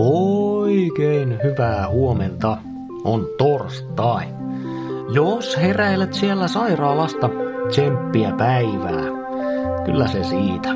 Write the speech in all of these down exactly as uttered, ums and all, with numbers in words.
Oikein hyvää huomenta. On torstai. Jos heräilet siellä sairaalasta, tsemppiä päivää. Kyllä se siitä.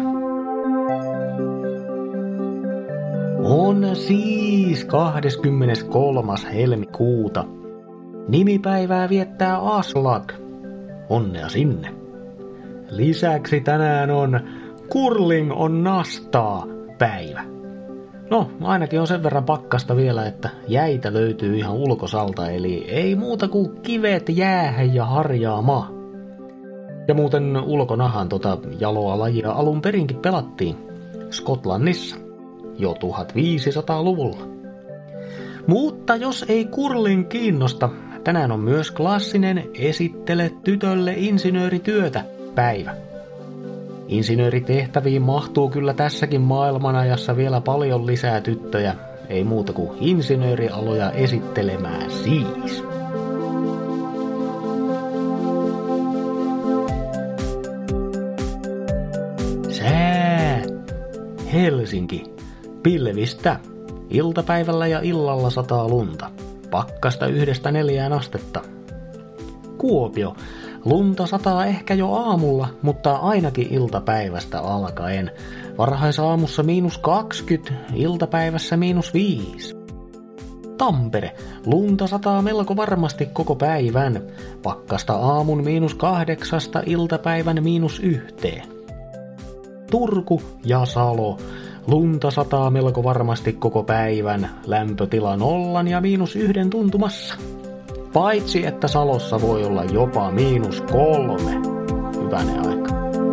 On siis kahdeskymmeneskolmas helmikuuta. Nimipäivää viettää Aslak. Onnea sinne. Lisäksi tänään on Curling on nastaa päivä. No, ainakin on sen verran pakkasta vielä, että jäitä löytyy ihan ulkosalta, eli ei muuta kuin kivet jäähän ja harjaamaan. Ja muuten ulkonahan tota jaloa lajia alun perinkin pelattiin Skotlannissa jo tuhatviisisataaluvulla. Mutta jos ei curling kiinnosta, tänään on myös klassinen esittele tytölle insinöörityötä päivä. Insinööritehtäviin mahtuu kyllä tässäkin maailmanajassa vielä paljon lisää tyttöjä, ei muuta kuin insinöörialoja esittelemään siis. Sää. Helsinki. Pilvistä. Iltapäivällä ja illalla sataa lunta. Pakkasta yhdestä neljään astetta. Kuopio. Lunta sataa ehkä jo aamulla, mutta ainakin iltapäivästä alkaen. Varhaisaamussa miinus kaksikymmentä, iltapäivässä miinus viisi. Tampere. Lunta sataa melko varmasti koko päivän. Pakkasta aamun miinus kahdeksasta, iltapäivän miinus yhteen. Turku ja Salo. Lunta sataa melko varmasti koko päivän. Lämpötila nollan ja miinus yhden tuntumassa. Paitsi että Salossa voi olla jopa miinus kolme. Hyvänen aika.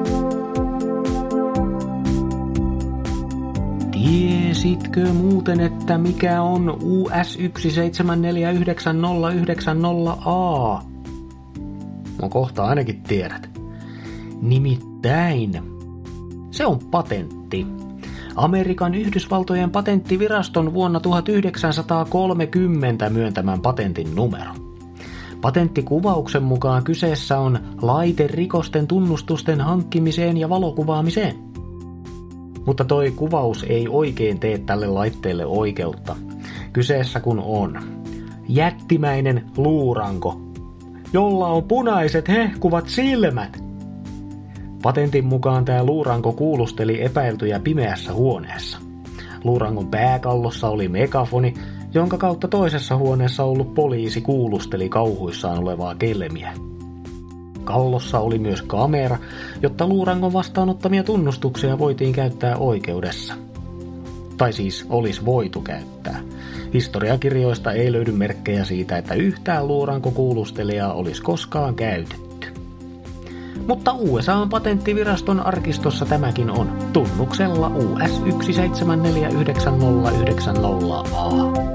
Tiesitkö muuten, että mikä on U S yksi seitsemän neljä yhdeksän nolla yhdeksän nolla A? No kohta ainakin tiedät. Nimittäin se on patentti. Amerikan Yhdysvaltojen patenttiviraston vuonna tuhatyhdeksänsataakolmekymmentä myöntämän patentin numero. Patenttikuvauksen mukaan kyseessä on laite rikosten tunnustusten hankkimiseen ja valokuvaamiseen. Mutta toi kuvaus ei oikein tee tälle laitteelle oikeutta. Kyseessä kun on jättimäinen luuranko, jolla on punaiset hehkuvat silmät. Patentin mukaan tämä luuranko kuulusteli epäiltyjä pimeässä huoneessa. Luurangon pääkallossa oli megafoni, jonka kautta toisessa huoneessa ollut poliisi kuulusteli kauhuissaan olevaa kelmiä. Kallossa oli myös kamera, jotta luurangon vastaanottamia tunnustuksia voitiin käyttää oikeudessa. Tai siis olisi voitu käyttää. Historiakirjoista ei löydy merkkejä siitä, että yhtään luurankokuulustelijaa olisi koskaan käytetty. Mutta U S A:n patenttiviraston arkistossa tämäkin on tunnuksella U S yksi seitsemän neljä yhdeksän nolla yhdeksän nolla A.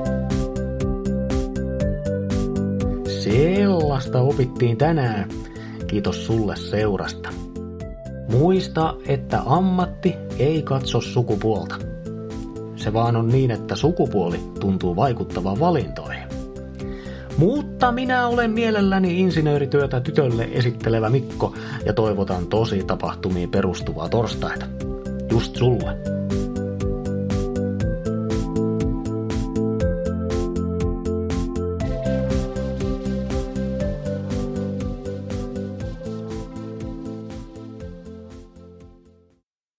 Sellaista opittiin tänään. Kiitos sulle seurasta. Muista, että ammatti ei katso sukupuolta. Se vaan on niin, että sukupuoli tuntuu vaikuttavan valintoihin. Mutta minä olen mielelläni insinöörityötä tytölle esittelevä Mikko ja toivotan tosi tapahtumiin perustuvaa torstaita. Just sulle.